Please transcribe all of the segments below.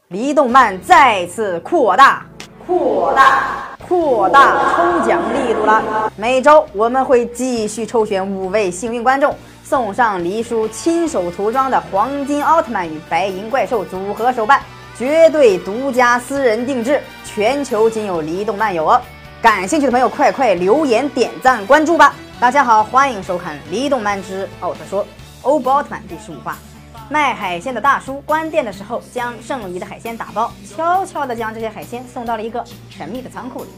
离动漫再次扩大抽奖力度了。每周我们会继续抽选5位幸运观众，送上黎叔亲手涂装的黄金奥特曼与白银怪兽组合手办，绝对独家私人定制，全球仅有离动漫有哦。感兴趣的朋友快留言点赞关注吧。大家好，欢迎收看离动漫之奥特说欧布奥特曼第15话。卖海鲜的大叔关店的时候，将剩余的海鲜打包，悄悄地将这些海鲜送到了一个神秘的仓库里。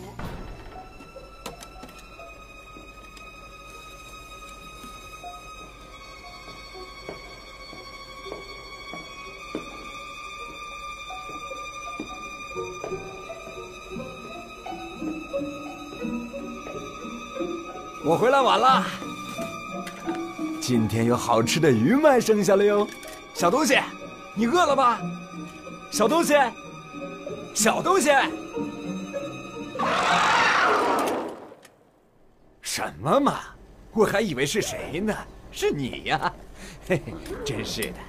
我回来晚了，今天有好吃的鱼卖剩下了哟。小东西，你饿了吧？小东西，什么嘛！我还以为是谁呢？是你呀！嘿嘿，真是的。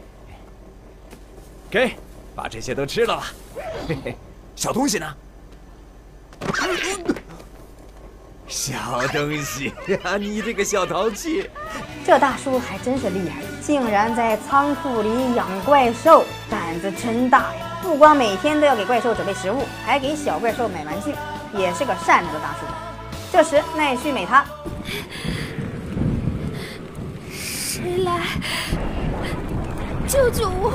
给，把这些都吃了吧。嘿嘿，小东西呢？小东西呀，你这个小淘气！ 这大叔还真是厉害，竟然在仓库里养怪兽，胆子真大呀！不光每天都要给怪兽准备食物，还给小怪兽买玩具，也是个善良的大叔。这时奈绪美他， 谁来救救我！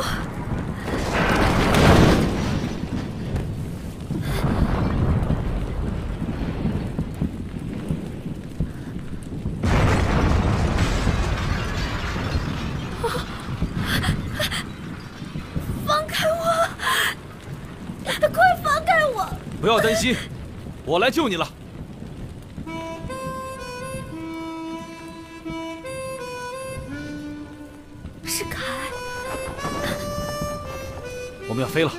不要担心，我来救你了。 是凯， 我们要飞了。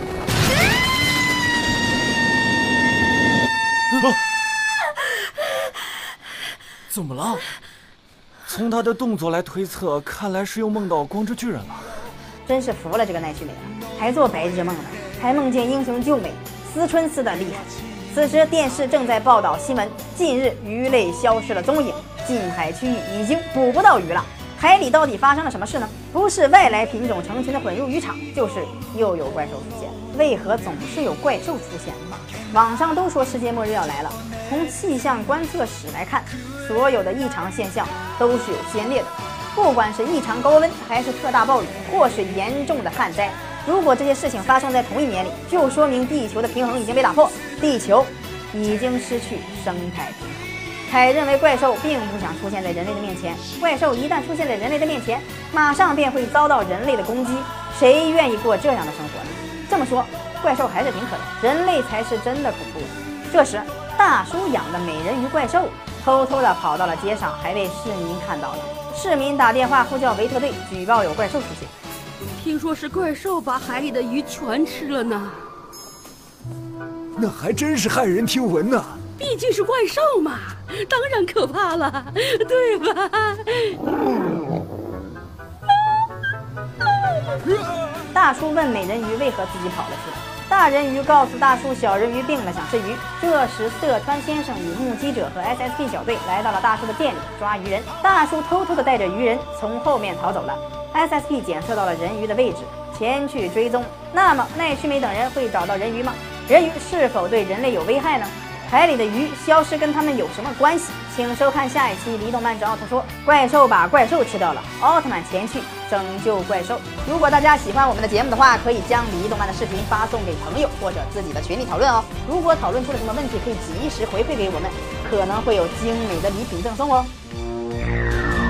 怎么了？从他的动作来推测，看来是又梦到光之巨人了。 真是服了这个奈绪美了，还做白日梦呢，还梦见英雄救美。思春似的厉害。此时电视正在报道新闻，近日鱼类消失了踪影，近海区域已经捕不到鱼了。海里到底发生了什么事呢？不是外来品种成群的混入渔场，就是又有怪兽出现。为何总是有怪兽出现呢？网上都说世界末日要来了，从气象观测史来看，所有的异常现象都是有先烈的，不管是异常高温，还是特大暴雨，或是严重的旱灾。如果这些事情发生在同一年里，就说明地球的平衡已经被打破，地球已经失去生态平衡。凯认为怪兽并不想出现在人类的面前，怪兽一旦出现在人类的面前，马上便会遭到人类的攻击，谁愿意过这样的生活呢？这么说，怪兽还是挺可怜，人类才是真的恐怖。这时，大叔养的美人鱼怪兽偷偷地跑到了街上，还被市民看到了。市民打电话呼叫维特队，举报有怪兽出现。 听说是怪兽把海里的鱼全吃了呢， 那还真是骇人听闻呢。 毕竟是怪兽嘛，当然可怕了，对吧？ 大叔问美人鱼为何自己跑了出来，大人鱼告诉大叔小人鱼病了，想吃鱼。这时色川先生与目击者和 SSP 小队来到了大叔的店里抓鱼人，大叔偷偷地带着鱼人从后面逃走了。SSP 检测到了人鱼的位置，前去追踪。那么奈绪美等人会找到人鱼吗？人鱼是否对人类有危害呢？海里的鱼消失跟他们有什么关系？请收看下一期《离动漫之奥特说》，怪兽把怪兽吃掉了，奥特曼前去拯救怪兽。如果大家喜欢我们的节目的话，可以将离动漫的视频发送给朋友或者自己的群里讨论哦。如果讨论出了什么问题，可以及时回馈给我们，可能会有精美的礼品赠送哦。